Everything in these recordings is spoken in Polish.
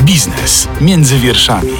Biznes między wierszami.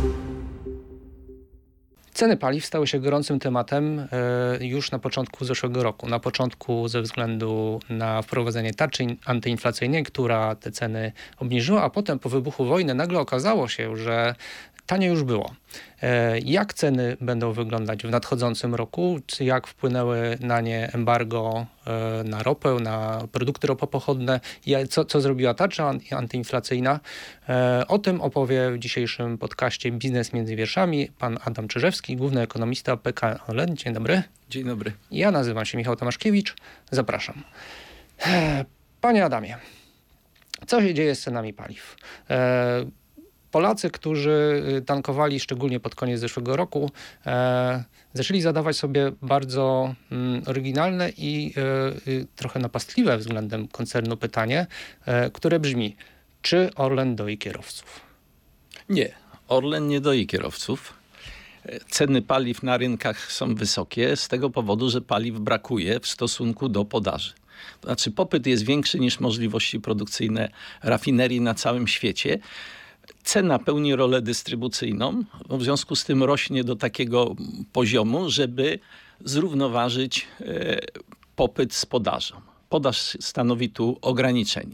Ceny paliw stały się gorącym tematem już na początku zeszłego roku. Na początku ze względu na wprowadzenie tarczy antyinflacyjnej, która te ceny obniżyła, a potem po wybuchu wojny nagle okazało się, że tanio już było. Jak ceny będą wyglądać w nadchodzącym roku? Jak wpłynęły na nie embargo na ropę, na produkty ropopochodne? Co zrobiła tarcza antyinflacyjna? O tym opowie w dzisiejszym podcaście Biznes między wierszami pan Adam Czyżewski, główny ekonomista PKN Orlen. Dzień dobry. Dzień dobry. Ja nazywam się Michał Tomaszkiewicz. Zapraszam. Panie Adamie, co się dzieje z cenami paliw? Polacy, którzy tankowali szczególnie pod koniec zeszłego roku, zaczęli zadawać sobie bardzo oryginalne i trochę napastliwe względem koncernu pytanie, które brzmi: czy Orlen doi kierowców? Nie, Orlen nie doi kierowców. Ceny paliw na rynkach są wysokie z tego powodu, że paliw brakuje w stosunku do podaży. To znaczy popyt jest większy niż możliwości produkcyjne rafinerii na całym świecie. Cena pełni rolę dystrybucyjną, w związku z tym rośnie do takiego poziomu, żeby zrównoważyć popyt z podażą. Podaż stanowi tu ograniczenie.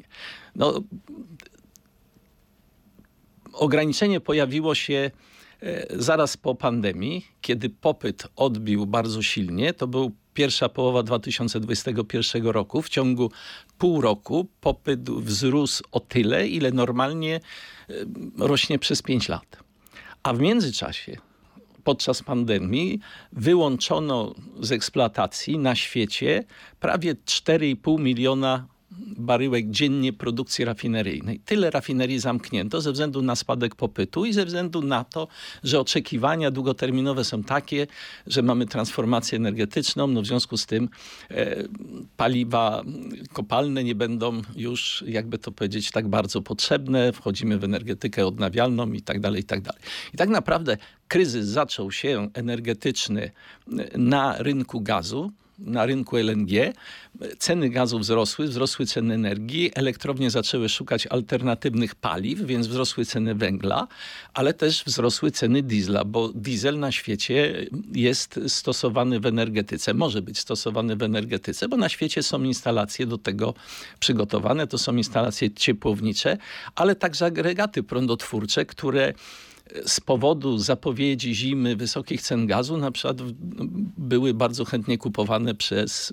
Ograniczenie pojawiło się zaraz po pandemii, kiedy popyt odbił bardzo silnie. To był pierwsza połowa 2021 roku. W ciągu pół roku popyt wzrósł o tyle, ile normalnie rośnie przez 5 lat. A w międzyczasie, podczas pandemii, wyłączono z eksploatacji na świecie prawie 4,5 miliona baryłek dziennie produkcji rafineryjnej. Tyle rafinerii zamknięto ze względu na spadek popytu i ze względu na to, że oczekiwania długoterminowe są takie, że mamy transformację energetyczną. W związku z tym paliwa kopalne nie będą już, jakby to powiedzieć, tak bardzo potrzebne. Wchodzimy w energetykę odnawialną i tak dalej, i tak dalej. I tak naprawdę kryzys zaczął się energetyczny na rynku gazu, na rynku LNG. Ceny gazu wzrosły ceny energii, elektrownie zaczęły szukać alternatywnych paliw, więc wzrosły ceny węgla, ale też wzrosły ceny diesla, bo diesel na świecie jest stosowany w energetyce, może być stosowany w energetyce, bo na świecie są instalacje do tego przygotowane, to są instalacje ciepłownicze, ale także agregaty prądotwórcze, które z powodu zapowiedzi zimy, wysokich cen gazu na przykład były bardzo chętnie kupowane przez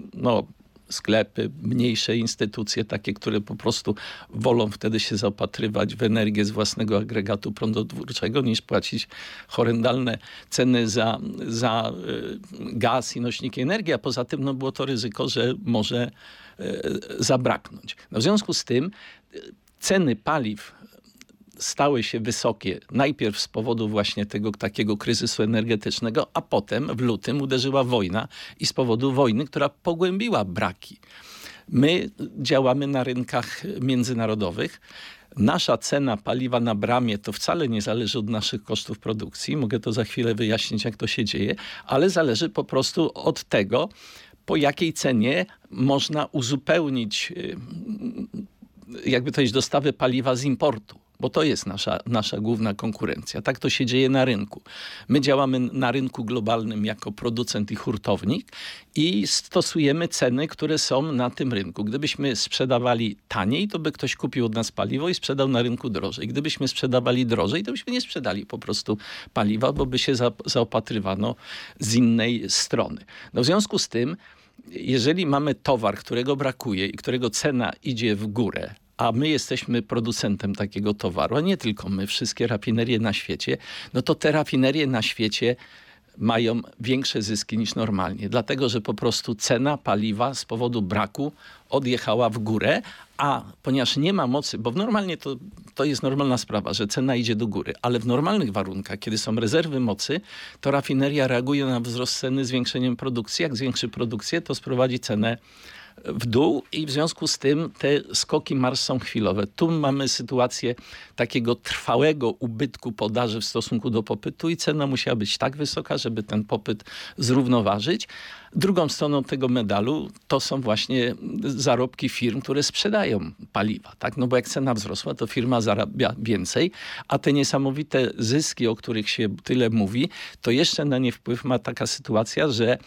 sklepy, mniejsze instytucje, takie, które po prostu wolą wtedy się zaopatrywać w energię z własnego agregatu prądotwórczego, niż płacić horrendalne ceny za gaz i nośniki energii, a poza tym było to ryzyko, że może zabraknąć. W związku z tym ceny paliw stały się wysokie najpierw z powodu właśnie tego takiego kryzysu energetycznego, a potem w lutym uderzyła wojna i z powodu wojny, która pogłębiła braki. My działamy na rynkach międzynarodowych. Nasza cena paliwa na bramie to wcale nie zależy od naszych kosztów produkcji. Mogę to za chwilę wyjaśnić, jak to się dzieje, ale zależy po prostu od tego, po jakiej cenie można uzupełnić, jakby to powiedzieć, dostawy paliwa z importu. Bo to jest nasza główna konkurencja. Tak to się dzieje na rynku. My działamy na rynku globalnym jako producent i hurtownik i stosujemy ceny, które są na tym rynku. Gdybyśmy sprzedawali taniej, to by ktoś kupił od nas paliwo i sprzedał na rynku drożej. Gdybyśmy sprzedawali drożej, to byśmy nie sprzedali po prostu paliwa, bo by się zaopatrywano z innej strony. W związku z tym, jeżeli mamy towar, którego brakuje i którego cena idzie w górę, a my jesteśmy producentem takiego towaru, a nie tylko my, wszystkie rafinerie na świecie, to te rafinerie na świecie mają większe zyski niż normalnie. Dlatego, że po prostu cena paliwa z powodu braku odjechała w górę, a ponieważ nie ma mocy, bo normalnie to jest normalna sprawa, że cena idzie do góry, ale w normalnych warunkach, kiedy są rezerwy mocy, to rafineria reaguje na wzrost ceny zwiększeniem produkcji. Jak zwiększy produkcję, to sprowadzi cenę w dół i w związku z tym te skoki marż są chwilowe. Tu mamy sytuację takiego trwałego ubytku podaży w stosunku do popytu i cena musiała być tak wysoka, żeby ten popyt zrównoważyć. Drugą stroną tego medalu to są właśnie zarobki firm, które sprzedają paliwa. Tak? No bo jak cena wzrosła, to firma zarabia więcej, a te niesamowite zyski, o których się tyle mówi, to jeszcze na nie wpływ ma taka sytuacja, że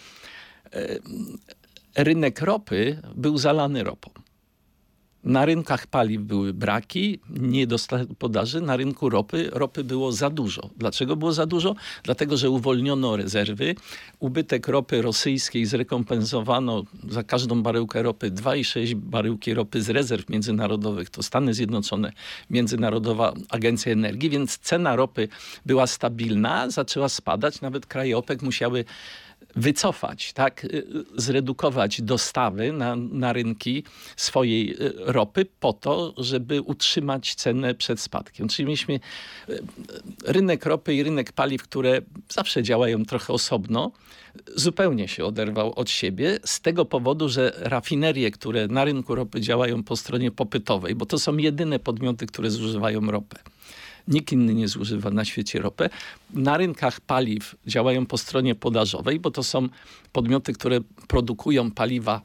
rynek ropy był zalany ropą. Na rynkach paliw były braki, niedostatek podaży. Na rynku ropy było za dużo. Dlaczego było za dużo? Dlatego, że uwolniono rezerwy. Ubytek ropy rosyjskiej zrekompensowano za każdą baryłkę ropy 2,6 baryłki ropy z rezerw międzynarodowych. To Stany Zjednoczone, Międzynarodowa Agencja Energii, więc cena ropy była stabilna, zaczęła spadać. Nawet kraje OPEC musiały wycofać, tak, zredukować dostawy na rynki swojej ropy po to, żeby utrzymać cenę przed spadkiem. Czyli mieliśmy rynek ropy i rynek paliw, które zawsze działają trochę osobno, zupełnie się oderwał od siebie z tego powodu, że rafinerie, które na rynku ropy działają po stronie popytowej, bo to są jedyne podmioty, które zużywają ropę. Nikt inny nie zużywa na świecie ropę. Na rynkach paliw działają po stronie podażowej, bo to są podmioty, które produkują paliwa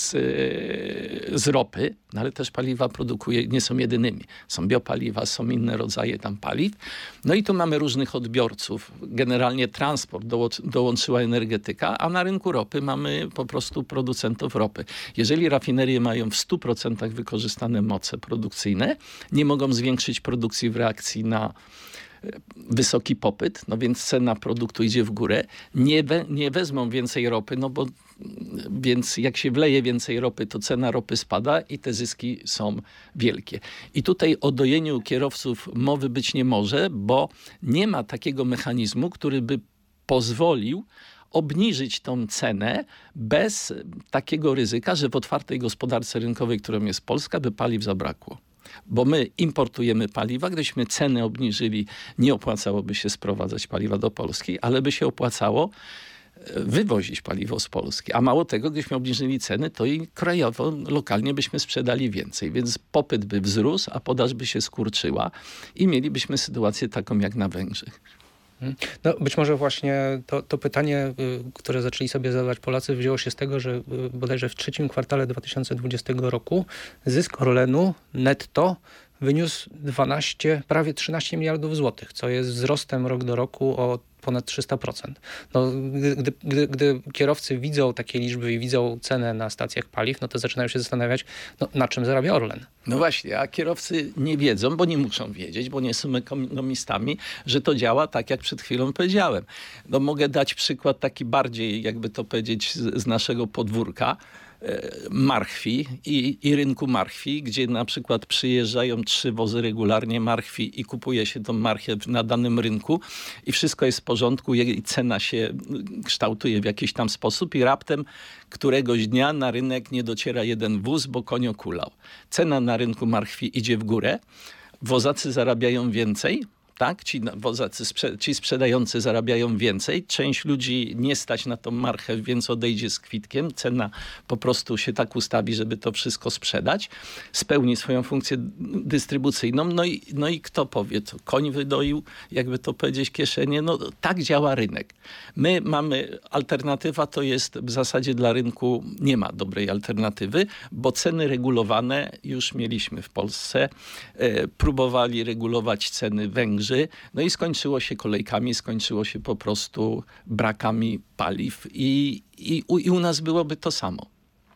z ropy, no ale też paliwa nie są jedynymi. Są biopaliwa, są inne rodzaje tam paliw. No i tu mamy różnych odbiorców. Generalnie transport dołączyła energetyka, a na rynku ropy mamy po prostu producentów ropy. Jeżeli rafinerie mają w 100% wykorzystane moce produkcyjne, nie mogą zwiększyć produkcji w reakcji na wysoki popyt, no więc cena produktu idzie w górę. Nie wezmą więcej ropy, no bo więc jak się wleje więcej ropy, to cena ropy spada i te zyski są wielkie. I tutaj o dojeniu kierowców mowy być nie może, bo nie ma takiego mechanizmu, który by pozwolił obniżyć tą cenę bez takiego ryzyka, że w otwartej gospodarce rynkowej, którą jest Polska, by paliw zabrakło. Bo my importujemy paliwa, gdybyśmy ceny obniżyli, nie opłacałoby się sprowadzać paliwa do Polski, ale by się opłacało wywozić paliwo z Polski. A mało tego, gdybyśmy obniżyli ceny, to i krajowo, lokalnie byśmy sprzedali więcej. Więc popyt by wzrósł, a podaż by się skurczyła i mielibyśmy sytuację taką jak na Węgrzech. No, być może właśnie to pytanie, które zaczęli sobie zadawać Polacy, wzięło się z tego, że bodajże w trzecim kwartale 2020 roku zysk Orlenu netto wyniósł prawie 13 miliardów złotych, co jest wzrostem rok do roku o ponad 300%. No, gdy kierowcy widzą takie liczby i widzą cenę na stacjach paliw, no to zaczynają się zastanawiać, no, na czym zarabia Orlen. No właśnie, a kierowcy nie wiedzą, bo nie muszą wiedzieć, bo nie są ekonomistami, że to działa tak, jak przed chwilą powiedziałem. No mogę dać przykład taki bardziej, jakby to powiedzieć, z naszego podwórka. Marchwi i rynku marchwi, gdzie na przykład przyjeżdżają 3 wozy regularnie marchwi i kupuje się tą marchew na danym rynku i wszystko jest w porządku, jej cena się kształtuje w jakiś tam sposób i raptem któregoś dnia na rynek nie dociera jeden wóz, bo koń okulał. Cena na rynku marchwi idzie w górę, wozacy zarabiają więcej, tak? Ci sprzedający zarabiają więcej. Część ludzi nie stać na tą marchew, więc odejdzie z kwitkiem. Cena po prostu się tak ustawi, żeby to wszystko sprzedać. Spełni swoją funkcję dystrybucyjną. No i kto powie, to koń wydoił, jakby to powiedzieć, kieszenie. No tak działa rynek. My mamy, alternatywa to jest w zasadzie dla rynku, nie ma dobrej alternatywy, bo ceny regulowane już mieliśmy w Polsce. Próbowali regulować ceny Węgrzy. No i skończyło się kolejkami, skończyło się po prostu brakami paliw i u nas byłoby to samo.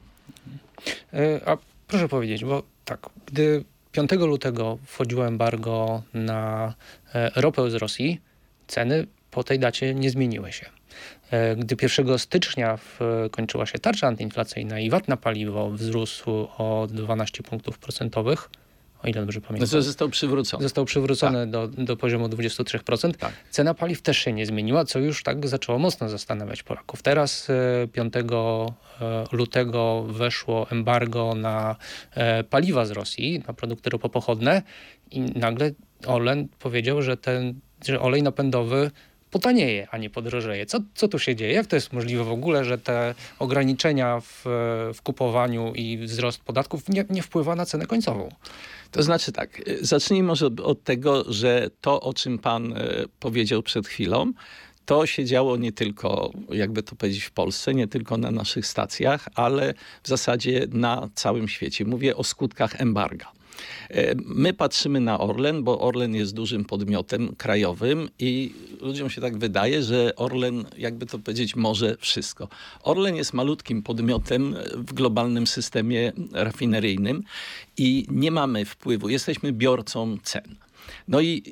A proszę powiedzieć, bo tak, gdy 5 lutego wchodziło embargo na ropę z Rosji, ceny po tej dacie nie zmieniły się. Gdy 1 stycznia kończyła się tarcza antyinflacyjna i VAT na paliwo wzrósł o 12 punktów procentowych, o ile dobrze pamiętam. No został przywrócony. Został przywrócony do poziomu 23%. Tak. Cena paliw też się nie zmieniła, co już tak zaczęło mocno zastanawiać Polaków. Teraz 5 lutego weszło embargo na paliwa z Rosji, na produkty ropopochodne i nagle Orlen powiedział, że olej napędowy potanieje, a nie podrożeje. Co tu się dzieje? Jak to jest możliwe w ogóle, że te ograniczenia w kupowaniu i wzrost podatków nie wpływa na cenę końcową? To znaczy tak, zacznijmy może od tego, że to, o czym pan powiedział przed chwilą, to się działo nie tylko, jakby to powiedzieć, w Polsce, nie tylko na naszych stacjach, ale w zasadzie na całym świecie. Mówię o skutkach embarga. My patrzymy na Orlen, bo Orlen jest dużym podmiotem krajowym i ludziom się tak wydaje, że Orlen, jakby to powiedzieć, może wszystko. Orlen jest malutkim podmiotem w globalnym systemie rafineryjnym i nie mamy wpływu. Jesteśmy biorcą cen. No i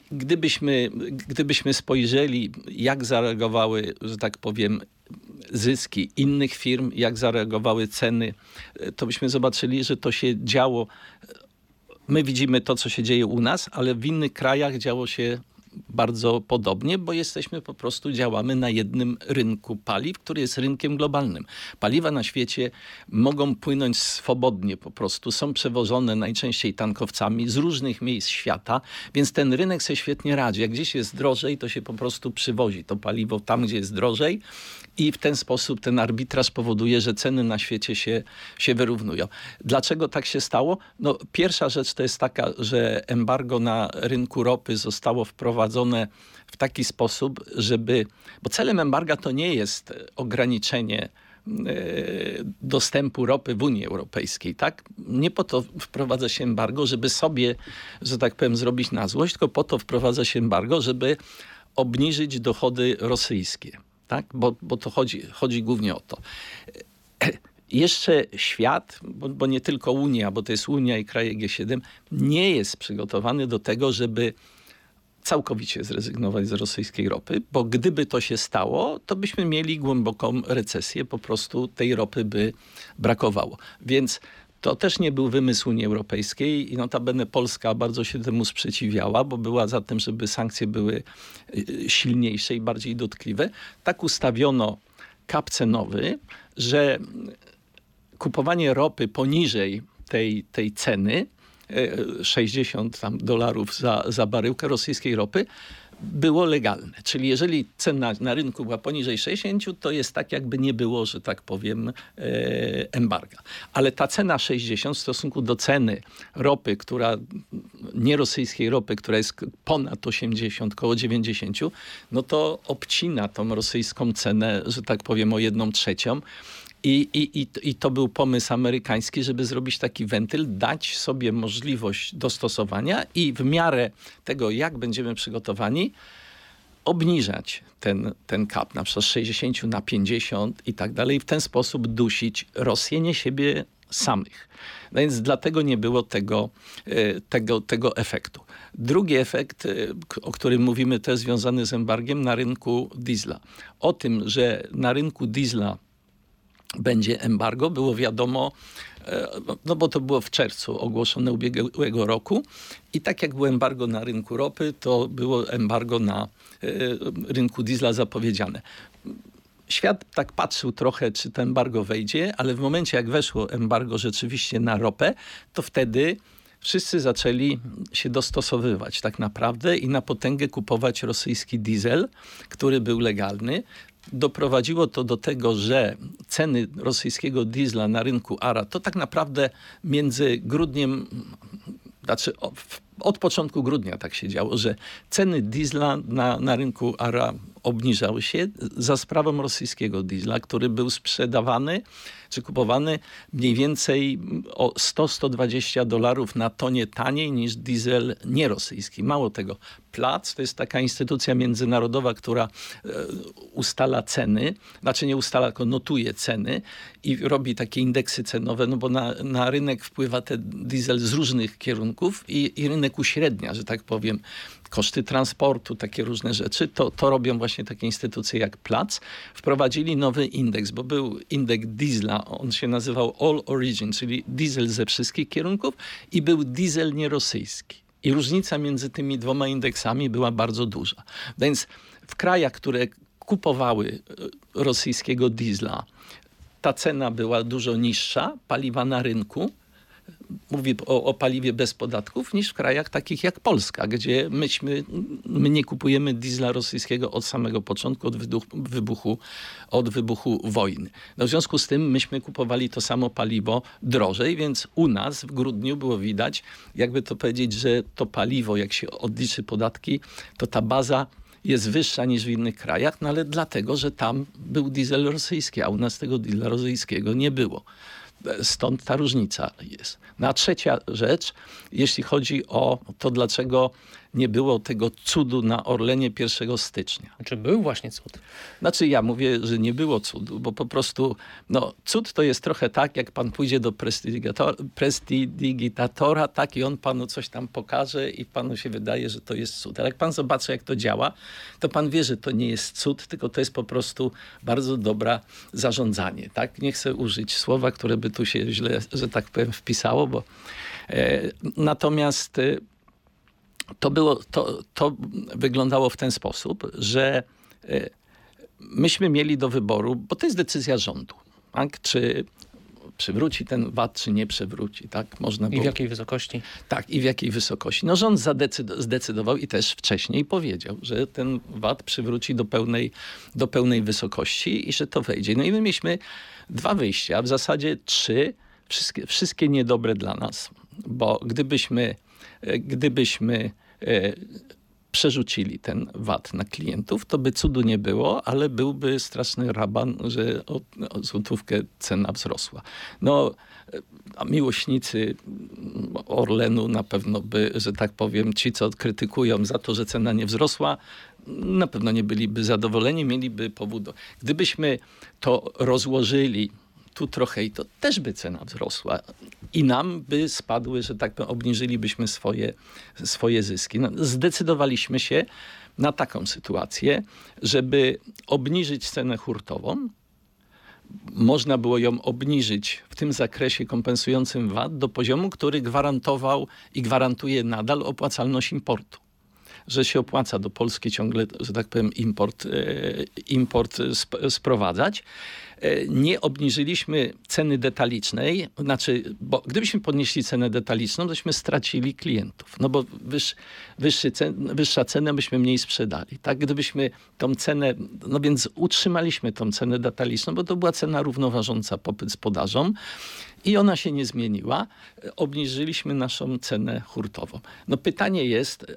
gdybyśmy spojrzeli, jak zareagowały, że tak powiem, zyski innych firm, jak zareagowały ceny, to byśmy zobaczyli, że to się działo. My widzimy to, co się dzieje u nas, ale w innych krajach działo się bardzo podobnie, bo działamy na jednym rynku paliw, który jest rynkiem globalnym. Paliwa na świecie mogą płynąć swobodnie po prostu. Są przewożone najczęściej tankowcami z różnych miejsc świata, więc ten rynek sobie świetnie radzi. Jak gdzieś jest drożej, to się po prostu przywozi to paliwo tam, gdzie jest drożej i w ten sposób ten arbitraż powoduje, że ceny na świecie się wyrównują. Dlaczego tak się stało? No, pierwsza rzecz to jest taka, że embargo na rynku ropy zostało wprowadzone w taki sposób, bo celem embarga to nie jest ograniczenie dostępu ropy w Unii Europejskiej, tak? Nie po to wprowadza się embargo, żeby sobie, że tak powiem, zrobić na złość, tylko po to wprowadza się embargo, żeby obniżyć dochody rosyjskie, tak? Bo to chodzi głównie o to. Jeszcze świat, bo nie tylko Unia, bo to jest Unia i kraje G7, nie jest przygotowany do tego, żeby całkowicie zrezygnować z rosyjskiej ropy, bo gdyby to się stało, to byśmy mieli głęboką recesję, po prostu tej ropy by brakowało. Więc to też nie był wymysł Unii Europejskiej i notabene Polska bardzo się temu sprzeciwiała, bo była za tym, żeby sankcje były silniejsze i bardziej dotkliwe. Tak ustawiono cap cenowy, że kupowanie ropy poniżej tej ceny, $60 za baryłkę rosyjskiej ropy, było legalne. Czyli jeżeli cena na rynku była poniżej 60, to jest tak, jakby nie było, że tak powiem, embarga. Ale ta cena 60 w stosunku do ceny ropy, nie rosyjskiej ropy, która jest ponad 80, koło 90, no to obcina tą rosyjską cenę, że tak powiem, o 1/3. I to był pomysł amerykański, żeby zrobić taki wentyl, dać sobie możliwość dostosowania i w miarę tego, jak będziemy przygotowani, obniżać ten cap, na przykład z 60 na 50 i tak dalej. W ten sposób dusić Rosję, nie siebie samych. No więc dlatego nie było tego efektu. Drugi efekt, o którym mówimy, też związany z embargiem na rynku diesla. O tym, że na rynku diesla będzie embargo, było wiadomo, no bo to było w czerwcu ogłoszone ubiegłego roku i tak jak było embargo na rynku ropy, to było embargo na rynku diesla zapowiedziane. Świat tak patrzył trochę, czy to embargo wejdzie, ale w momencie jak weszło embargo rzeczywiście na ropę, to wtedy wszyscy zaczęli się dostosowywać tak naprawdę i na potęgę kupować rosyjski diesel, który był legalny. Doprowadziło to do tego, że ceny rosyjskiego diesla na rynku ARA to tak naprawdę między grudniem, od początku grudnia tak się działo, że ceny diesla na rynku ARA obniżały się za sprawą rosyjskiego diesla, który był sprzedawany czy kupowany mniej więcej o $100-120 na tonie taniej niż diesel nierosyjski. Mało tego, Platts to jest taka instytucja międzynarodowa, która ustala ceny, znaczy nie ustala, tylko notuje ceny i robi takie indeksy cenowe, no bo na rynek wpływa ten diesel z różnych kierunków i rynek uśrednia, że tak powiem, koszty transportu, takie różne rzeczy, to robią właśnie takie instytucje jak Platts. Wprowadzili nowy indeks, bo był indeks diesla, on się nazywał All Origin, czyli diesel ze wszystkich kierunków i był diesel nierosyjski. I różnica między tymi dwoma indeksami była bardzo duża. Więc w krajach, które kupowały rosyjskiego diesla, ta cena była dużo niższa, paliwa na rynku, mówię o paliwie bez podatków, niż w krajach takich jak Polska, gdzie my nie kupujemy diesla rosyjskiego od samego początku, od wybuchu wojny. No w związku z tym myśmy kupowali to samo paliwo drożej, więc u nas w grudniu było widać, jakby to powiedzieć, że to paliwo, jak się odliczy podatki, to ta baza jest wyższa niż w innych krajach, no ale dlatego, że tam był diesel rosyjski, a u nas tego diesla rosyjskiego nie było. Stąd ta różnica jest. No a trzecia rzecz, jeśli chodzi o to, dlaczego nie było tego cudu na Orlenie 1 stycznia. Czy był właśnie cud? Znaczy ja mówię, że nie było cudu, bo po prostu cud to jest trochę tak, jak pan pójdzie do prestidigitatora, tak, i on panu coś tam pokaże i panu się wydaje, że to jest cud. Ale jak pan zobaczy, jak to działa, to pan wie, że to nie jest cud, tylko to jest po prostu bardzo dobre zarządzanie. Tak? Nie chcę użyć słowa, które by tu się źle, że tak powiem, wpisało, bo natomiast to wyglądało w ten sposób, że myśmy mieli do wyboru, bo to jest decyzja rządu, tak? Czy przywróci ten VAT, czy nie przywróci. Tak? Można było... I w jakiej wysokości? Tak, i w jakiej wysokości. No rząd zdecydował i też wcześniej powiedział, że ten VAT przywróci do pełnej wysokości i że to wejdzie. No i my mieliśmy 2 wyjścia, a w zasadzie 3, wszystkie niedobre dla nas, bo gdybyśmy przerzucili ten VAT na klientów, to by cudu nie było, ale byłby straszny raban, że o złotówkę cena wzrosła. No, a miłośnicy Orlenu na pewno by, że tak powiem, ci, co krytykują za to, że cena nie wzrosła, na pewno nie byliby zadowoleni, mieliby powód. Gdybyśmy to rozłożyli tu trochę i to też by cena wzrosła i nam by spadły, że tak powiem, obniżylibyśmy swoje zyski. No, zdecydowaliśmy się na taką sytuację, żeby obniżyć cenę hurtową. Można było ją obniżyć w tym zakresie kompensującym VAT do poziomu, który gwarantował i gwarantuje nadal opłacalność importu. Że się opłaca do Polski ciągle, że tak powiem, import sprowadzać. Nie obniżyliśmy ceny detalicznej, bo gdybyśmy podnieśli cenę detaliczną, tośmy stracili klientów. No bo wyższa cena byśmy mniej sprzedali. Tak? Gdybyśmy tą cenę, no więc utrzymaliśmy tą cenę detaliczną, bo to była cena równoważąca popyt z podażą. I ona się nie zmieniła. Obniżyliśmy naszą cenę hurtową. No pytanie jest,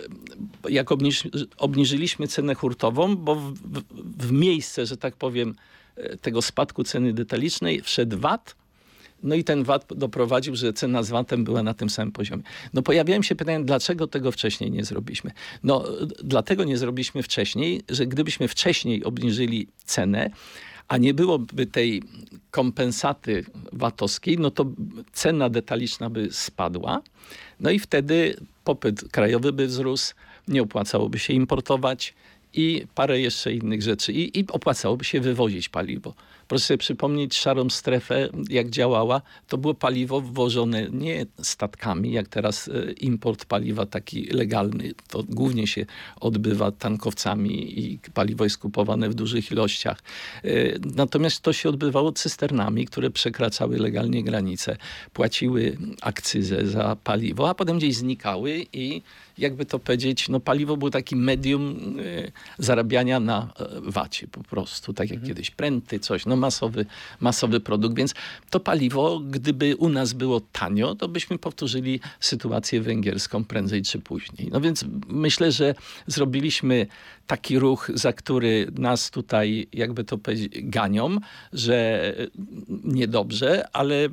jak obniżyliśmy cenę hurtową, bo w miejsce, że tak powiem, tego spadku ceny detalicznej wszedł VAT, no i ten VAT doprowadził, że cena z VAT-em była na tym samym poziomie. No pojawiają się pytania, dlaczego tego wcześniej nie zrobiliśmy? No dlatego nie zrobiliśmy wcześniej, że gdybyśmy wcześniej obniżyli cenę, a nie byłoby tej kompensaty VAT-owskiej, no to cena detaliczna by spadła. No i wtedy popyt krajowy by wzrósł, nie opłacałoby się importować i parę jeszcze innych rzeczy. I opłacałoby się wywozić paliwo. Proszę sobie przypomnieć szarą strefę, jak działała. To było paliwo wwożone nie statkami, jak teraz import paliwa taki legalny. To głównie się odbywa tankowcami i paliwo jest kupowane w dużych ilościach. Natomiast to się odbywało cysternami, które przekraczały legalnie granice. Płaciły akcyzę za paliwo, a potem gdzieś znikały i jakby to powiedzieć, no paliwo było takim medium zarabiania na VAT-cie po prostu. Tak jak kiedyś pręty, coś. No masowy produkt, więc to paliwo, gdyby u nas było tanio, to byśmy powtórzyli sytuację węgierską prędzej czy później. No więc myślę, że zrobiliśmy taki ruch, za który nas tutaj, jakby to powiedzieć, ganią, że niedobrze, ale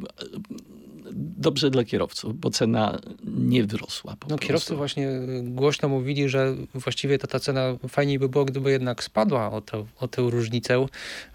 dobrze dla kierowców, bo cena nie wzrosła. No kierowcy właśnie głośno mówili, że właściwie ta cena fajniej by było, gdyby jednak spadła o tę różnicę,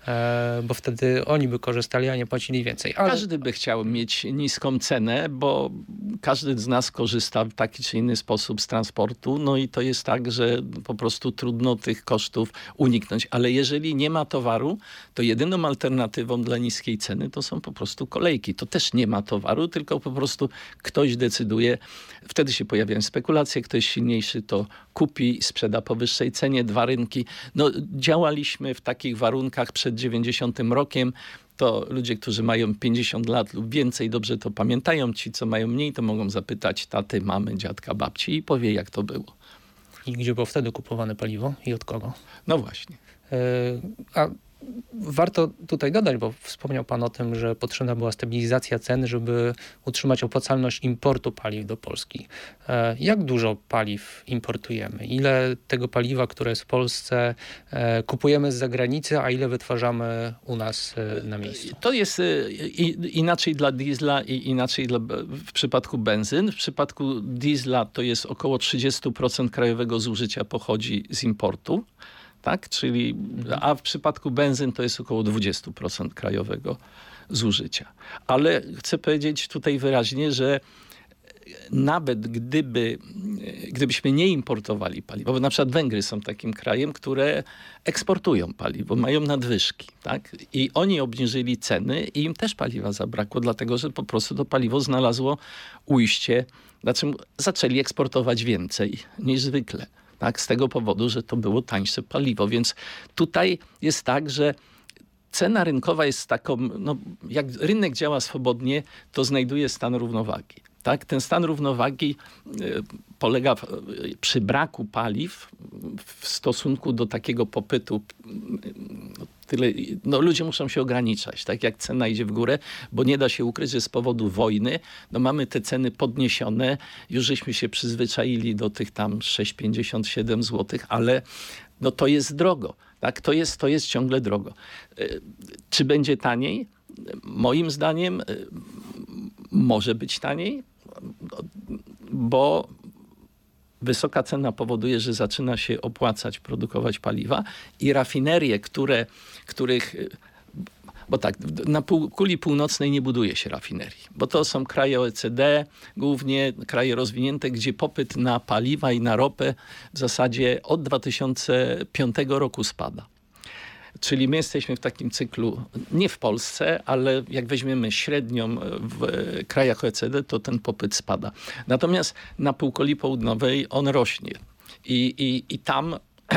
bo wtedy oni by korzystali, a nie płacili więcej. Ale... Każdy by chciał mieć niską cenę, bo każdy z nas korzysta w taki czy inny sposób z transportu, no i to jest tak, że po prostu trudno tych kosztów uniknąć, ale jeżeli nie ma towaru, to jedyną alternatywą dla niskiej ceny to są po prostu kolejki. To też nie ma towaru, tylko po prostu ktoś decyduje. Wtedy się pojawiają spekulacje, ktoś silniejszy to kupi, sprzeda po wyższej cenie, 2 rynki. No, działaliśmy w takich warunkach przed 90 rokiem. to ludzie, którzy mają 50 lat lub więcej, dobrze to pamiętają. Ci, co mają mniej, to mogą zapytać taty, mamy, dziadka, babci i powie, jak to było. I gdzie było wtedy kupowane paliwo i od kogo? No właśnie. A warto tutaj dodać, bo wspomniał pan o tym, że potrzebna była stabilizacja cen, żeby utrzymać opłacalność importu paliw do Polski. Jak dużo paliw importujemy? Ile tego paliwa, które jest w Polsce, kupujemy z zagranicy, a ile wytwarzamy u nas na miejscu? To jest inaczej dla diesla i inaczej w przypadku benzyn. W przypadku diesla to jest około 30% krajowego zużycia pochodzi z importu. Tak? A w przypadku benzyn to jest około 20% krajowego zużycia. Ale chcę powiedzieć tutaj wyraźnie, że nawet gdybyśmy nie importowali paliwa, bo na przykład Węgry są takim krajem, które eksportują paliwo, mają nadwyżki, tak? I oni obniżyli ceny i im też paliwa zabrakło, dlatego że po prostu to paliwo znalazło ujście, znaczy zaczęli eksportować więcej niż zwykle. Tak, z tego powodu, że to było tańsze paliwo. Więc tutaj jest tak, że cena rynkowa jest taką, no, jak rynek działa swobodnie, to znajduje stan równowagi. Tak? Ten stan równowagi polega przy braku paliw w stosunku do takiego popytu. Ludzie muszą się ograniczać, tak jak cena idzie w górę, bo nie da się ukryć, że z powodu wojny mamy te ceny podniesione. Już żeśmy się przyzwyczaili do tych tam 6,57 zł, ale to jest drogo. Tak? To jest ciągle drogo. Czy będzie taniej? Moim zdaniem może być taniej, bo wysoka cena powoduje, że zaczyna się opłacać produkować paliwa i rafinerie, których... Bo tak, na półkuli północnej nie buduje się rafinerii, bo to są kraje OECD, głównie kraje rozwinięte, gdzie popyt na paliwa i na ropę w zasadzie od 2005 roku spada. Czyli my jesteśmy w takim cyklu, nie w Polsce, ale jak weźmiemy średnią w krajach OECD, to ten popyt spada. Natomiast na półkuli południowej on rośnie. I tam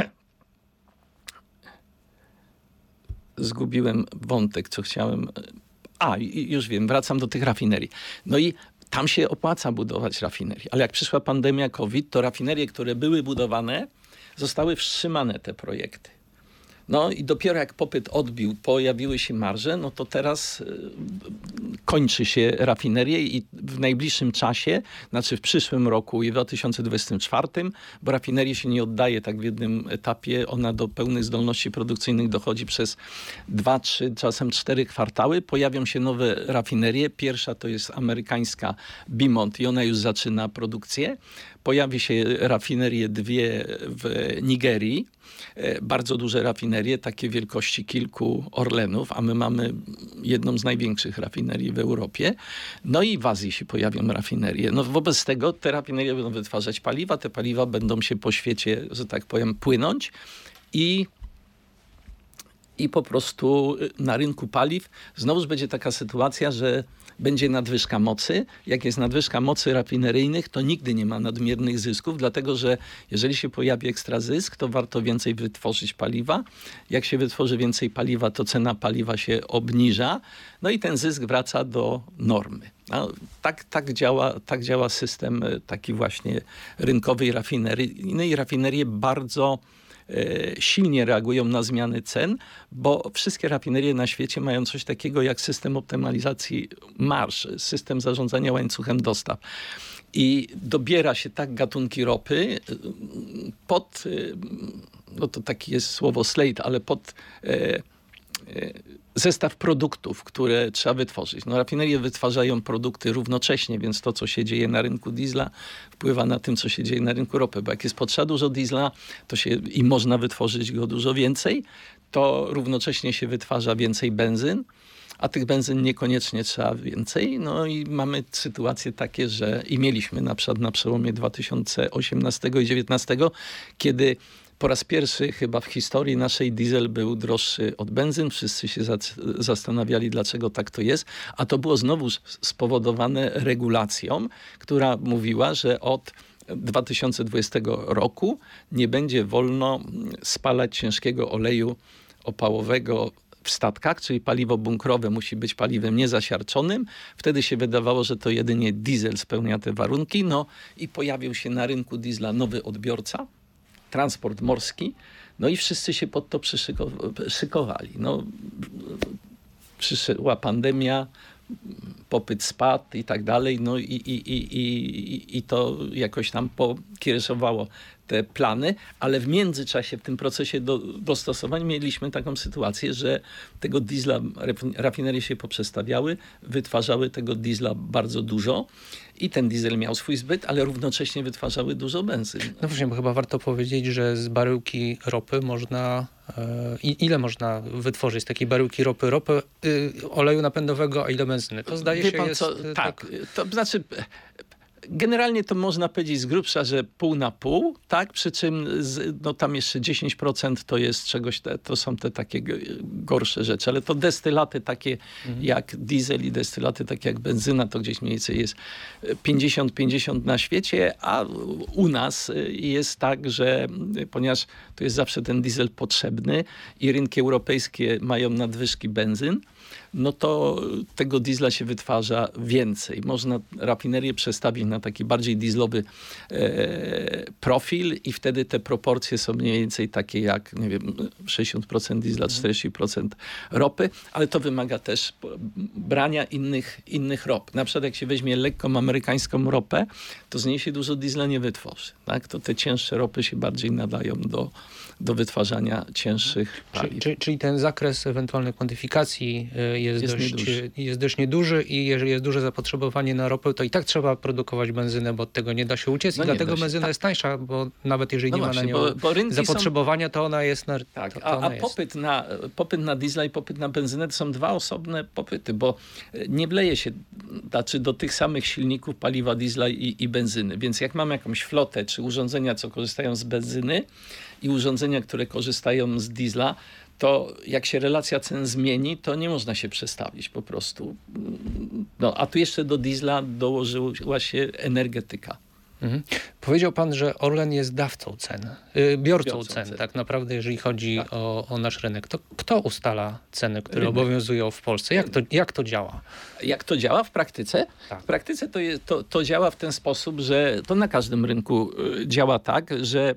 zgubiłem wątek, co chciałem... już wiem, wracam do tych rafinerii. No i tam się opłaca budować rafinerie. Ale jak przyszła pandemia COVID, to rafinerie, które były budowane, zostały wstrzymane te projekty. No i dopiero jak popyt odbił, pojawiły się marże, no to teraz kończy się rafinerie i w najbliższym czasie, znaczy w przyszłym roku i w 2024, bo rafinerii się nie oddaje tak w jednym etapie, ona do pełnych zdolności produkcyjnych dochodzi przez 2, 3, czasem 4 kwartały. Pojawią się nowe rafinerie. Pierwsza to jest amerykańska Beaumont i ona już zaczyna produkcję. Pojawi się rafinerie 2 w Nigerii, bardzo duże rafinerie, takie wielkości kilku Orlenów, a my mamy jedną z największych rafinerii w Europie. No i w Azji się pojawią rafinerie. No wobec tego te rafinerie będą wytwarzać paliwa, te paliwa będą się po świecie, że tak powiem, płynąć i po prostu na rynku paliw znowuż będzie taka sytuacja, że będzie nadwyżka mocy. Jak jest nadwyżka mocy rafineryjnych, to nigdy nie ma nadmiernych zysków, dlatego że jeżeli się pojawi ekstra zysk, to warto więcej wytworzyć paliwa. Jak się wytworzy więcej paliwa, to cena paliwa się obniża. No i ten zysk wraca do normy. No, tak działa system taki właśnie rynkowy i rafineryjny. I rafinerie bardzo silnie reagują na zmiany cen, bo wszystkie rafinerie na świecie mają coś takiego jak system optymalizacji marż, system zarządzania łańcuchem dostaw. I dobiera się tak gatunki ropy pod, no to takie jest słowo slate, ale pod zestaw produktów, które trzeba wytworzyć. No, rafinerie wytwarzają produkty równocześnie, więc to, co się dzieje na rynku diesla, wpływa na tym, co się dzieje na rynku ropy. Bo jak jest potrzeba dużo diesla i można wytworzyć go dużo więcej, to równocześnie się wytwarza więcej benzyn, a tych benzyn niekoniecznie trzeba więcej. No i mamy sytuacje takie, że i mieliśmy na przykład na przełomie 2018 i 2019, kiedy po raz pierwszy chyba w historii naszej diesel był droższy od benzyn. Wszyscy się zastanawiali, dlaczego tak to jest. A to było znowu spowodowane regulacją, która mówiła, że od 2020 roku nie będzie wolno spalać ciężkiego oleju opałowego w statkach, czyli paliwo bunkrowe musi być paliwem niezasiarczonym. Wtedy się wydawało, że to jedynie diesel spełnia te warunki. No i pojawił się na rynku diesla nowy odbiorca, transport morski. No i wszyscy się pod to szykowali. No, przyszła pandemia, popyt spadł i tak dalej, no i to jakoś tam pokierowało te plany, ale w międzyczasie, w tym procesie dostosowań mieliśmy taką sytuację, że tego diesla, rafinerie się poprzestawiały, wytwarzały tego diesla bardzo dużo i ten diesel miał swój zbyt, ale równocześnie wytwarzały dużo benzyny. No właśnie, bo chyba warto powiedzieć, że z baryłki ropy można... ile można wytworzyć z takiej baryłki ropy, oleju napędowego, a ile benzyny? To zdaje się jest... Tak, to znaczy... Generalnie to można powiedzieć z grubsza, że pół na pół, tak? Przy czym no, tam jeszcze 10% to jest czegoś, to są te takie gorsze rzeczy, ale to destylaty takie jak diesel i destylaty takie jak benzyna, to gdzieś mniej więcej jest 50-50 na świecie, a u nas jest tak, że ponieważ to jest zawsze ten diesel potrzebny i rynki europejskie mają nadwyżki benzyn, no to tego diesla się wytwarza więcej. Można rafinerię przestawić na taki bardziej dieslowy profil i wtedy te proporcje są mniej więcej takie jak, nie wiem, 60% diesla, 40% ropy, ale to wymaga też brania innych rop. Na przykład jak się weźmie lekką amerykańską ropę, to z niej się dużo diesla nie wytworzy. Tak? To te cięższe ropy się bardziej nadają do wytwarzania cięższych paliw. Czyli ten zakres ewentualnej kwantyfikacji jest dość nieduży i jeżeli jest duże zapotrzebowanie na ropę, to i tak trzeba produkować benzynę, bo od tego nie da się uciec. No i dlatego benzyna jest tańsza, bo nawet jeżeli nie ma na nią zapotrzebowania, to ona jest... Tak, a popyt na diesla i popyt na benzynę to są dwa osobne popyty, bo nie wleje się do tych samych silników paliwa diesla i benzyny. Więc jak mamy jakąś flotę czy urządzenia, co korzystają z benzyny i urządzenia, które korzystają z diesla, to jak się relacja cen zmieni, to nie można się przestawić po prostu. No, a tu jeszcze do diesla dołożyła się energetyka. Powiedział pan, że Orlen jest dawcą cen, biorcą cen tak naprawdę, jeżeli chodzi o nasz rynek. To kto ustala ceny, które obowiązują w Polsce? Jak to działa? Jak to działa w praktyce? Tak. W praktyce to działa w ten sposób, że to na każdym rynku działa tak, że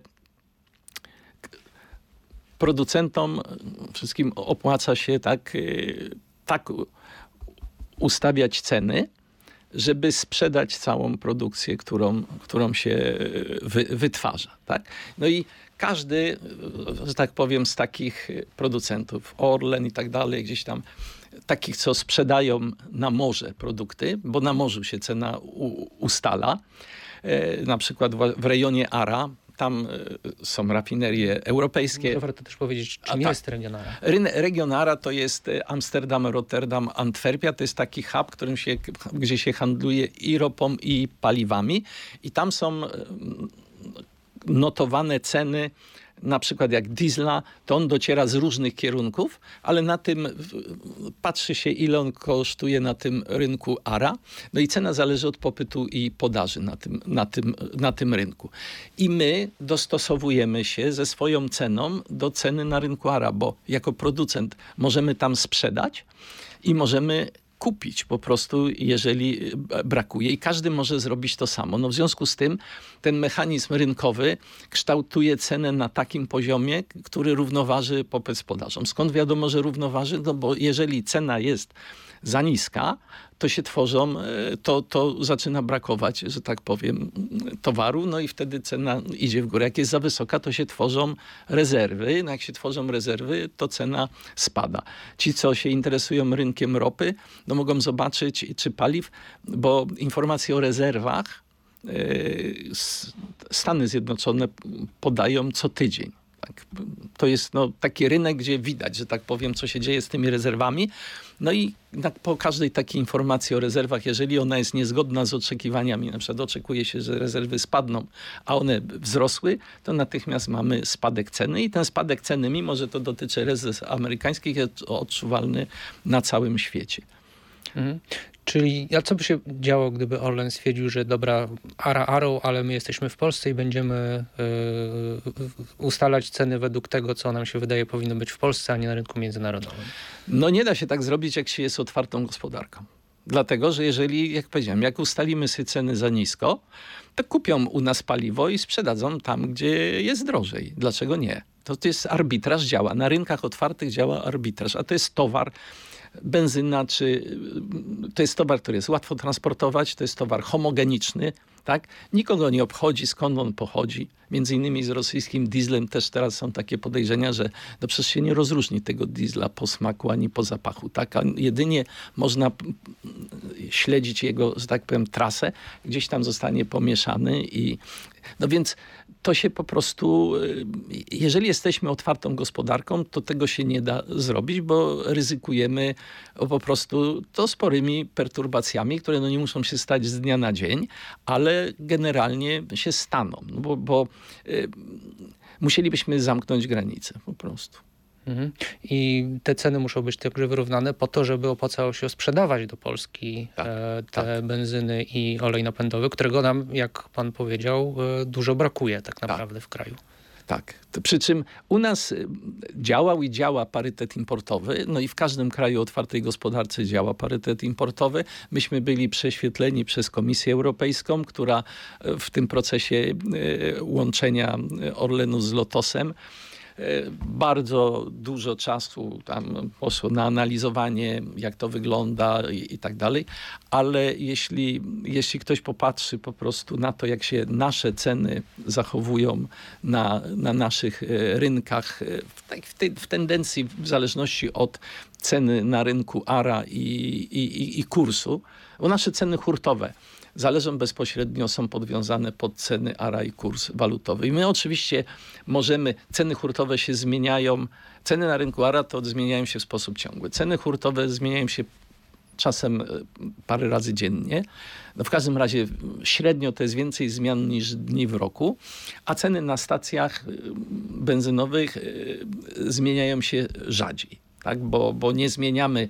producentom wszystkim opłaca się tak ustawiać ceny, żeby sprzedać całą produkcję, którą się wytwarza. Tak? No i każdy, że tak powiem, z takich producentów, Orlen i tak dalej, gdzieś tam takich, co sprzedają na morze produkty, bo na morzu się cena ustala. Na przykład w rejonie ARA, tam są rafinerie europejskie. Może warto też powiedzieć, czym jest region ARA. Region ARA to jest Amsterdam, Rotterdam, Antwerpia. To jest taki hub, gdzie się handluje i ropą, i paliwami. I tam są notowane ceny, na przykład jak diesla, to on dociera z różnych kierunków, ale na tym patrzy się, ile on kosztuje na tym rynku ARA. No i cena zależy od popytu i podaży na tym rynku. I my dostosowujemy się ze swoją ceną do ceny na rynku ARA, bo jako producent możemy tam sprzedać i możemy kupić po prostu, jeżeli brakuje i każdy może zrobić to samo. No w związku z tym ten mechanizm rynkowy kształtuje cenę na takim poziomie, który równoważy popyt z podażą. Skąd wiadomo, że równoważy? No bo jeżeli cena jest za niska, to się tworzą, to zaczyna brakować, że tak powiem, towaru, no i wtedy cena idzie w górę. Jak jest za wysoka, to się tworzą rezerwy. No jak się tworzą rezerwy, to cena spada. Ci, co się interesują rynkiem ropy, no mogą zobaczyć, czy paliw, bo informacje o rezerwach Stany Zjednoczone podają co tydzień. Tak. To jest taki rynek, gdzie widać, że tak powiem, co się dzieje z tymi rezerwami. No i po każdej takiej informacji o rezerwach, jeżeli ona jest niezgodna z oczekiwaniami, na przykład oczekuje się, że rezerwy spadną, a one wzrosły, to natychmiast mamy spadek ceny i ten spadek ceny, mimo że to dotyczy rezerw amerykańskich, jest odczuwalny na całym świecie. Czyli a co by się działo, gdyby Orlen stwierdził, że dobra, Arą, ale my jesteśmy w Polsce i będziemy ustalać ceny według tego, co nam się wydaje powinno być w Polsce, a nie na rynku międzynarodowym? No nie da się tak zrobić, jak się jest otwartą gospodarką. Dlatego, że jeżeli, jak powiedziałem, jak ustalimy sobie ceny za nisko, to kupią u nas paliwo i sprzedadzą tam, gdzie jest drożej. Dlaczego nie? To jest arbitraż, działa. Na rynkach otwartych działa arbitraż, a to jest towar, benzyna, to jest towar, który jest łatwo transportować, to jest towar homogeniczny, tak? Nikogo nie obchodzi, skąd on pochodzi. Między innymi z rosyjskim dieslem też teraz są takie podejrzenia, że no przecież się nie rozróżni tego diesla po smaku ani po zapachu, tak? A jedynie można śledzić jego, że tak powiem, trasę, gdzieś tam zostanie pomieszany i no więc to się po prostu, jeżeli jesteśmy otwartą gospodarką, to tego się nie da zrobić, bo ryzykujemy po prostu to sporymi perturbacjami, które no nie muszą się stać z dnia na dzień, ale generalnie się staną, bo musielibyśmy zamknąć granice po prostu. Mhm. I te ceny muszą być także wyrównane po to, żeby opłacało się sprzedawać do Polski te benzyny i olej napędowy, którego nam, jak pan powiedział, dużo brakuje tak naprawdę w kraju. Tak. Przy czym u nas działał i działa parytet importowy, no i w każdym kraju otwartej gospodarce działa parytet importowy. Myśmy byli prześwietleni przez Komisję Europejską, która w tym procesie łączenia Orlenu z Lotosem bardzo dużo czasu tam poszło na analizowanie, jak to wygląda i tak dalej, ale jeśli ktoś popatrzy po prostu na to, jak się nasze ceny zachowują na naszych rynkach, w tendencji w zależności od ceny na rynku ARA i kursu, bo nasze ceny hurtowe zależą bezpośrednio, są podwiązane pod ceny ARA i kurs walutowy. I my oczywiście ceny hurtowe się zmieniają, ceny na rynku ARA to zmieniają się w sposób ciągły. Ceny hurtowe zmieniają się czasem parę razy dziennie. No w każdym razie średnio to jest więcej zmian niż dni w roku, a ceny na stacjach benzynowych zmieniają się rzadziej, tak? Bo nie zmieniamy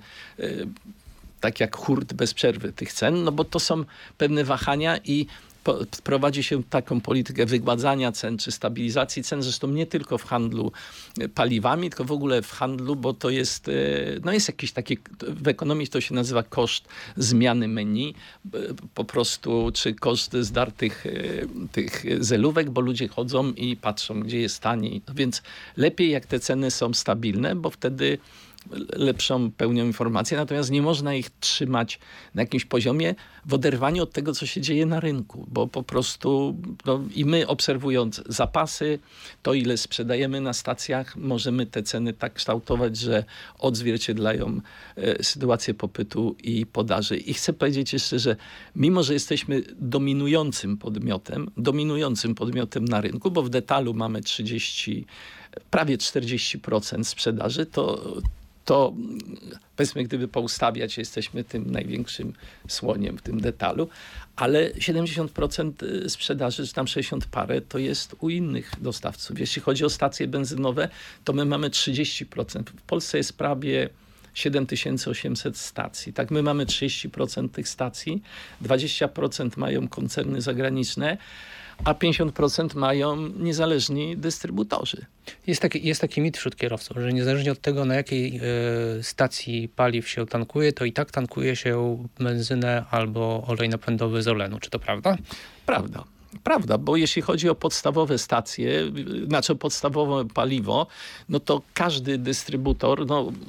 tak jak hurt bez przerwy tych cen, no bo to są pewne wahania i prowadzi się taką politykę wygładzania cen czy stabilizacji cen, zresztą nie tylko w handlu paliwami, tylko w ogóle w handlu, bo to jest, no jest jakiś taki, w ekonomii to się nazywa koszt zmiany menu, po prostu, czy koszt zdartych tych zelówek, bo ludzie chodzą i patrzą, gdzie jest taniej. Więc lepiej jak te ceny są stabilne, bo wtedy lepszą pełnią informację, natomiast nie można ich trzymać na jakimś poziomie w oderwaniu od tego, co się dzieje na rynku, bo po prostu i my obserwując zapasy, to ile sprzedajemy na stacjach, możemy te ceny tak kształtować, że odzwierciedlają sytuację popytu i podaży. I chcę powiedzieć jeszcze, że mimo, że jesteśmy dominującym podmiotem na rynku, bo w detalu mamy prawie 40% sprzedaży, to powiedzmy, gdyby poustawiać, jesteśmy tym największym słoniem w tym detalu, ale 70% sprzedaży, czy tam 60 parę, to jest u innych dostawców. Jeśli chodzi o stacje benzynowe, to my mamy 30%. W Polsce jest prawie 7800 stacji. Tak, my mamy 30% tych stacji, 20% mają koncerny zagraniczne, a 50% mają niezależni dystrybutorzy. Jest taki mit wśród kierowców, że niezależnie od tego, na jakiej stacji paliw się tankuje, to i tak tankuje się benzynę albo olej napędowy z Orlenu. Czy to prawda? Prawda, bo jeśli chodzi o podstawowe stacje, znaczy podstawowe paliwo, no to każdy dystrybutor,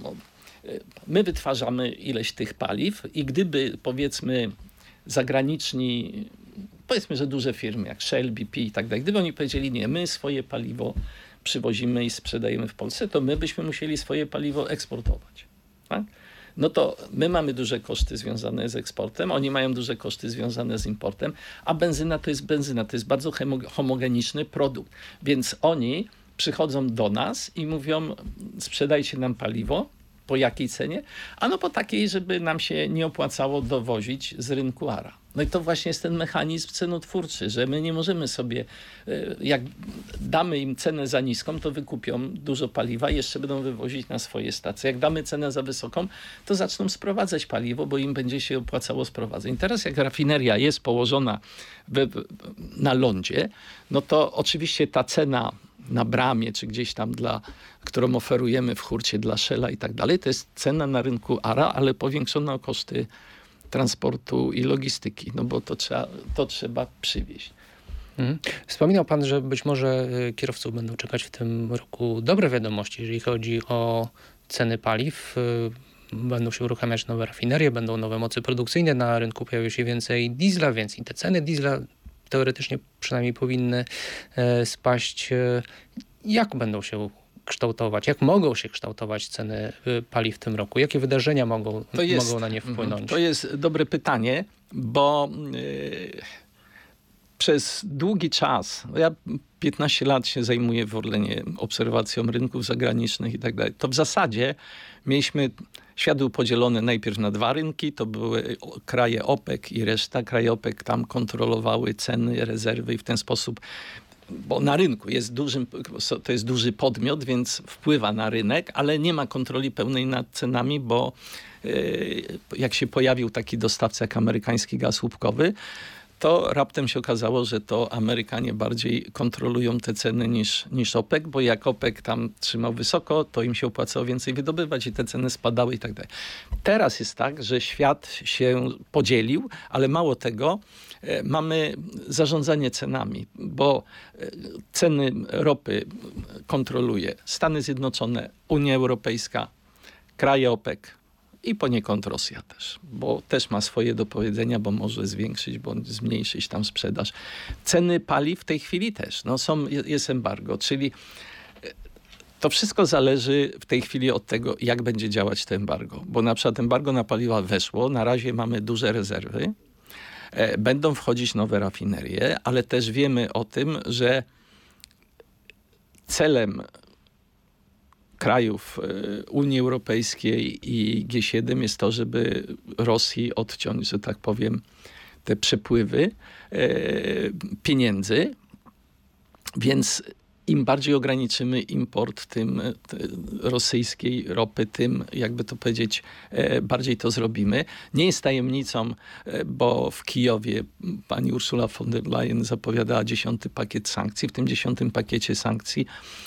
my wytwarzamy ileś tych paliw i gdyby powiedzmy zagraniczni, powiedzmy, że duże firmy jak Shell, BP i tak dalej, gdyby oni powiedzieli nie, my swoje paliwo przywozimy i sprzedajemy w Polsce, to my byśmy musieli swoje paliwo eksportować. Tak? No to my mamy duże koszty związane z eksportem, oni mają duże koszty związane z importem, a benzyna to jest bardzo homogeniczny produkt. Więc oni przychodzą do nas i mówią, sprzedajcie nam paliwo. Po jakiej cenie? Po takiej, żeby nam się nie opłacało dowozić z rynku ARA. No i to właśnie jest ten mechanizm cenotwórczy, że my nie możemy sobie, jak damy im cenę za niską, to wykupią dużo paliwa i jeszcze będą wywozić na swoje stacje. Jak damy cenę za wysoką, to zaczną sprowadzać paliwo, bo im będzie się opłacało sprowadzać. I teraz jak rafineria jest położona na lądzie, no to oczywiście ta cena na bramie, czy gdzieś tam, którą oferujemy w hurcie dla Shella i tak dalej, to jest cena na rynku ARA, ale powiększona o koszty transportu i logistyki, no bo to trzeba przywieźć. Wspominał pan, że być może kierowców będą czekać w tym roku dobre wiadomości, jeżeli chodzi o ceny paliw. Będą się uruchamiać nowe rafinerie, będą nowe mocy produkcyjne na rynku, pojawi się więcej diesla, więc i te ceny diesla teoretycznie przynajmniej powinny spaść. Jak będą się kształtować, jak mogą się kształtować ceny paliw w tym roku? Jakie wydarzenia mogą na nie wpłynąć? To jest dobre pytanie, bo przez długi czas, ja 15 lat się zajmuję w Orlenie obserwacją rynków zagranicznych i tak dalej, to w zasadzie świat był podzielony najpierw na 2 rynki, to były kraje OPEC i reszta. Kraje OPEC tam kontrolowały ceny, rezerwy i w ten sposób, bo na rynku to jest duży podmiot, więc wpływa na rynek, ale nie ma kontroli pełnej nad cenami, bo jak się pojawił taki dostawca jak amerykański gaz łupkowy, to raptem się okazało, że to Amerykanie bardziej kontrolują te ceny niż OPEC, bo jak OPEC tam trzymał wysoko, to im się opłacało więcej wydobywać i te ceny spadały i tak dalej. Teraz jest tak, że świat się podzielił, ale mało tego, mamy zarządzanie cenami, bo ceny ropy kontroluje Stany Zjednoczone, Unia Europejska, kraje OPEC, i poniekąd Rosja też, bo też ma swoje do powiedzenia, bo może zwiększyć, bądź zmniejszyć tam sprzedaż. Ceny paliw w tej chwili też. Jest embargo, czyli to wszystko zależy w tej chwili od tego, jak będzie działać to embargo. Bo na przykład embargo na paliwa weszło, na razie mamy duże rezerwy, będą wchodzić nowe rafinerie, ale też wiemy o tym, że celem krajów Unii Europejskiej i G7 jest to, żeby Rosji odciąć, że tak powiem, te przepływy pieniędzy, więc im bardziej ograniczymy import rosyjskiej ropy, tym, jakby to powiedzieć, bardziej to zrobimy. Nie jest tajemnicą, bo w Kijowie pani Ursula von der Leyen zapowiadała 10. pakiet sankcji. W tym 10. pakiecie sankcji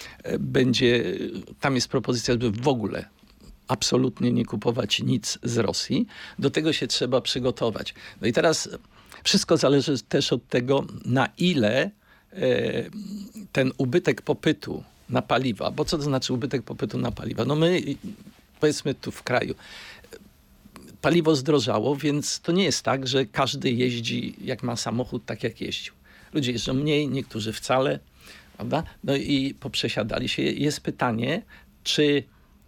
tam jest propozycja, żeby w ogóle absolutnie nie kupować nic z Rosji. Do tego się trzeba przygotować. No i teraz wszystko zależy też od tego, na ile ten ubytek popytu na paliwa, bo co to znaczy ubytek popytu na paliwa? No my, powiedzmy tu w kraju, paliwo zdrożało, więc to nie jest tak, że każdy jeździ, jak ma samochód, tak jak jeździł. Ludzie jeżdżą mniej, niektórzy wcale, prawda? No i poprzesiadali się. Jest pytanie, czy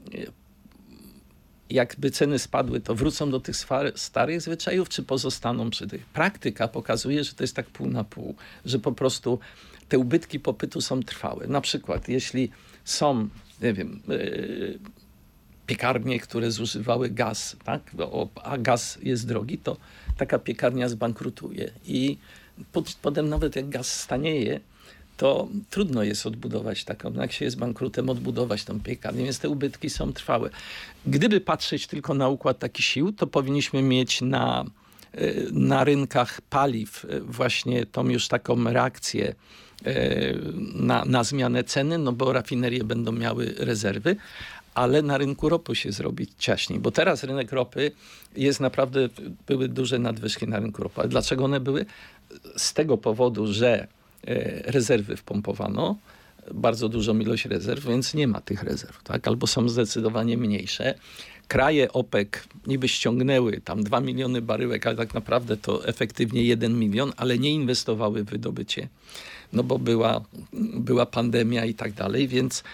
jakby ceny spadły, to wrócą do tych starych zwyczajów, czy pozostaną przy tych? Praktyka pokazuje, że to jest tak pół na pół, że po prostu te ubytki popytu są trwałe. Na przykład, jeśli są, nie wiem, piekarnie, które zużywały gaz, tak? A gaz jest drogi, to taka piekarnia zbankrutuje i potem nawet jak gaz stanieje, to trudno jest odbudować taką, jak się jest bankrutem, odbudować tą piekarnię, więc te ubytki są trwałe. Gdyby patrzeć tylko na układ taki sił, to powinniśmy mieć na rynkach paliw właśnie tą już taką reakcję na zmianę ceny, no bo rafinerie będą miały rezerwy, ale na rynku ropy się zrobi ciaśniej, bo teraz rynek ropy jest naprawdę, były duże nadwyżki na rynku ropy. Ale dlaczego one były? Z tego powodu, że rezerwy wpompowano, bardzo dużą ilość rezerw, więc nie ma tych rezerw, tak? Albo są zdecydowanie mniejsze. Kraje OPEC niby ściągnęły tam 2 miliony baryłek, ale tak naprawdę to efektywnie 1 milion, ale nie inwestowały w wydobycie, no bo była pandemia i tak dalej, więc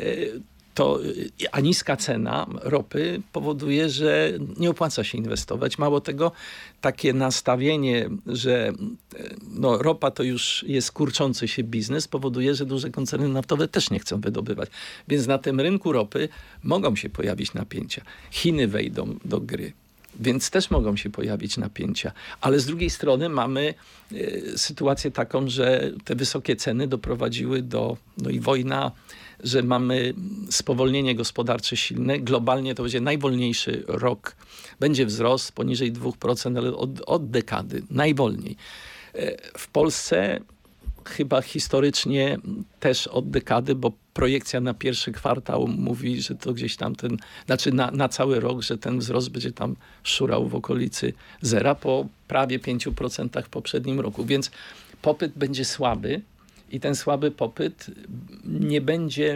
a niska cena ropy powoduje, że nie opłaca się inwestować. Mało tego, takie nastawienie, że ropa to już jest kurczący się biznes, powoduje, że duże koncerny naftowe też nie chcą wydobywać. Więc na tym rynku ropy mogą się pojawić napięcia. Chiny wejdą do gry. Więc też mogą się pojawić napięcia. Ale z drugiej strony mamy sytuację taką, że te wysokie ceny doprowadziły do, no i wojna, że mamy spowolnienie gospodarcze silne. Globalnie to będzie najwolniejszy rok. Będzie wzrost poniżej 2%, ale od dekady. Najwolniej. W Polsce chyba historycznie też od dekady, bo projekcja na pierwszy kwartał mówi, że to gdzieś tam na cały rok, że ten wzrost będzie tam szurał w okolicy zera po prawie 5% w poprzednim roku. Więc popyt będzie słaby i ten słaby popyt nie będzie,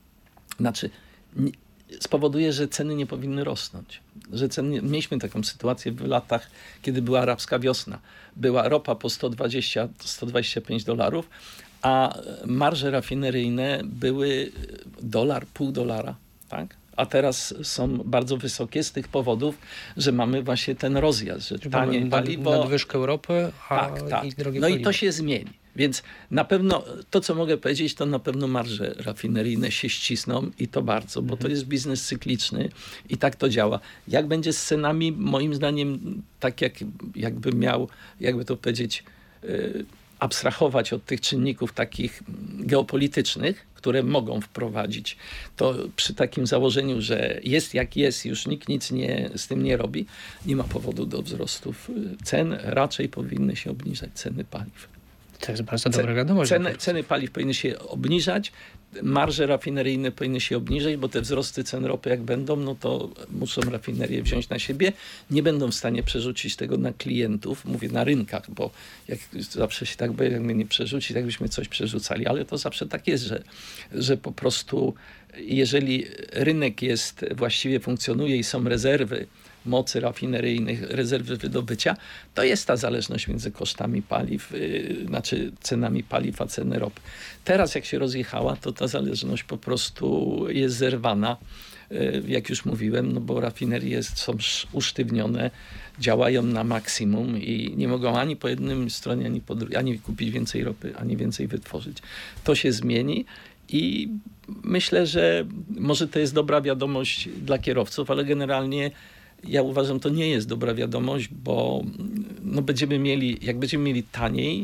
spowoduje, że ceny nie powinny rosnąć. Mieliśmy taką sytuację w latach, kiedy była arabska wiosna. Była ropa po $120-125, a marże rafineryjne były $1,5, tak? A teraz są bardzo wysokie z tych powodów, że mamy właśnie ten rozjazd, że tanie paliwo... Nadwyżkę ropy, tak. i drogie No paliwo. i to się zmieni. Więc na pewno, to co mogę powiedzieć, to na pewno marże rafineryjne się ścisną i to bardzo, bo to jest biznes cykliczny i tak to działa. Jak będzie z cenami? Moim zdaniem tak jakby to powiedzieć, abstrahować od tych czynników takich geopolitycznych, które mogą wprowadzić, to przy takim założeniu, że jest jak jest, już nikt nic z tym nie robi, nie ma powodu do wzrostów cen, raczej powinny się obniżać ceny paliw. To jest bardzo dobra wiadomość. Ceny paliw powinny się obniżać, marże rafineryjne powinny się obniżać, bo te wzrosty cen ropy jak będą, no to muszą rafinerie wziąć na siebie. Nie będą w stanie przerzucić tego na klientów, mówię na rynkach, bo jak zawsze się tak boję, jakby nie przerzucić, tak byśmy coś przerzucali, ale to zawsze tak jest, że po prostu jeżeli rynek właściwie funkcjonuje i są rezerwy mocy rafineryjnych, rezerwy wydobycia, to jest ta zależność między kosztami paliw, cenami paliw, a ceny ropy. Teraz jak się rozjechała, to ta zależność po prostu jest zerwana, jak już mówiłem, no bo rafinerie są usztywnione, działają na maksimum i nie mogą ani po jednym stronie, ani po drugiej, ani kupić więcej ropy, ani więcej wytworzyć. To się zmieni i myślę, że może to jest dobra wiadomość dla kierowców, ale generalnie ja uważam, to nie jest dobra wiadomość, bo no będziemy mieli taniej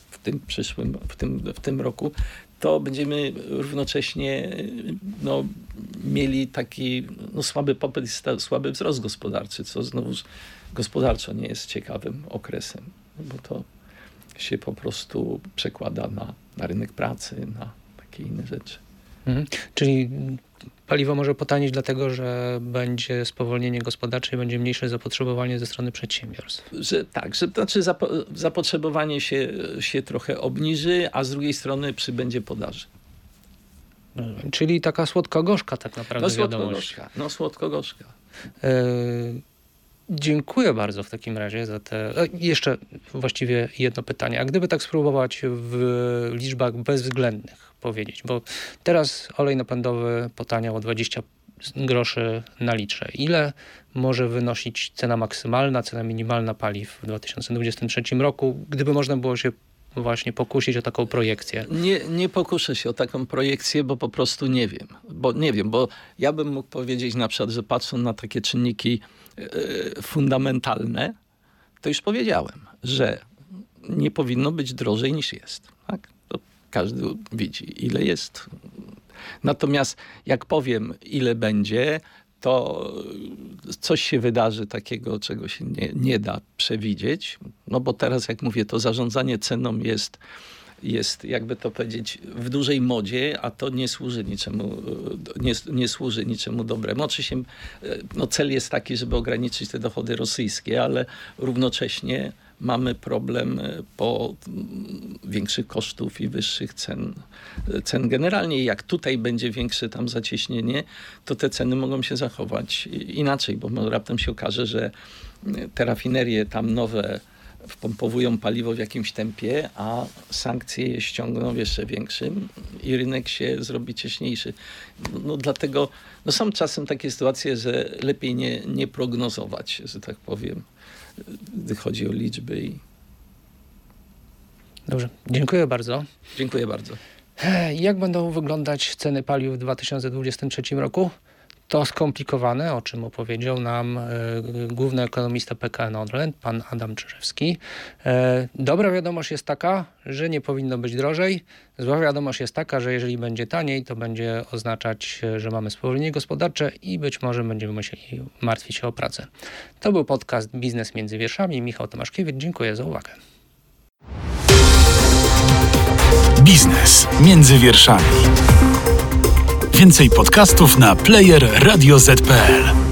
w tym roku, to będziemy równocześnie mieli taki słaby popyt i słaby wzrost gospodarczy, co znowuż gospodarczo nie jest ciekawym okresem, bo to się po prostu przekłada na rynek pracy, na takie inne rzeczy. Czyli paliwo może potanieć dlatego, że będzie spowolnienie gospodarcze i będzie mniejsze zapotrzebowanie ze strony przedsiębiorstw. Zapotrzebowanie się trochę obniży, a z drugiej strony przybędzie podaży. Czyli taka słodko-gorzka tak naprawdę wiadomość. Słodko-gorzka. Dziękuję bardzo w takim razie za te... Jeszcze właściwie jedno pytanie. A gdyby tak spróbować w liczbach bezwzględnych powiedzieć, bo teraz olej napędowy potaniał o 20 groszy na litrze. Ile może wynosić cena maksymalna, cena minimalna paliw w 2023 roku, gdyby można było się właśnie pokusić o taką projekcję? Nie pokuszę się o taką projekcję, bo po prostu nie wiem. Bo ja bym mógł powiedzieć na przykład, że patrząc na takie czynniki fundamentalne, to już powiedziałem, że nie powinno być drożej niż jest. Tak? To każdy widzi, ile jest. Natomiast jak powiem, ile będzie, to coś się wydarzy takiego, czego się nie da przewidzieć. No bo teraz, jak mówię, to zarządzanie ceną jest, jakby to powiedzieć, w dużej modzie, a to nie służy niczemu dobremu. Oczywiście cel jest taki, żeby ograniczyć te dochody rosyjskie, ale równocześnie mamy problem po większych kosztów i wyższych cen generalnie. Jak tutaj będzie większe tam zacieśnienie, to te ceny mogą się zachować inaczej, bo raptem się okaże, że te rafinerie tam nowe wpompowują paliwo w jakimś tempie, a sankcje je ściągną w jeszcze większym i rynek się zrobi cieśniejszy. Dlatego są czasem takie sytuacje, że lepiej nie prognozować, że tak powiem, gdy chodzi o liczby. Dobrze, dziękuję bardzo. Dziękuję bardzo. Jak będą wyglądać ceny paliw w 2023 roku? to skomplikowane, o czym opowiedział nam główny ekonomista PKN Orlen, pan Adam Czyżewski. Dobra wiadomość jest taka, że nie powinno być drożej. Zła wiadomość jest taka, że jeżeli będzie taniej, to będzie oznaczać, że mamy spowolnienie gospodarcze i być może będziemy musieli martwić się o pracę. To był podcast Biznes między wierszami. Michał Tomaszkiewicz, dziękuję za uwagę. Biznes między wierszami. Więcej podcastów na player radioz.pl.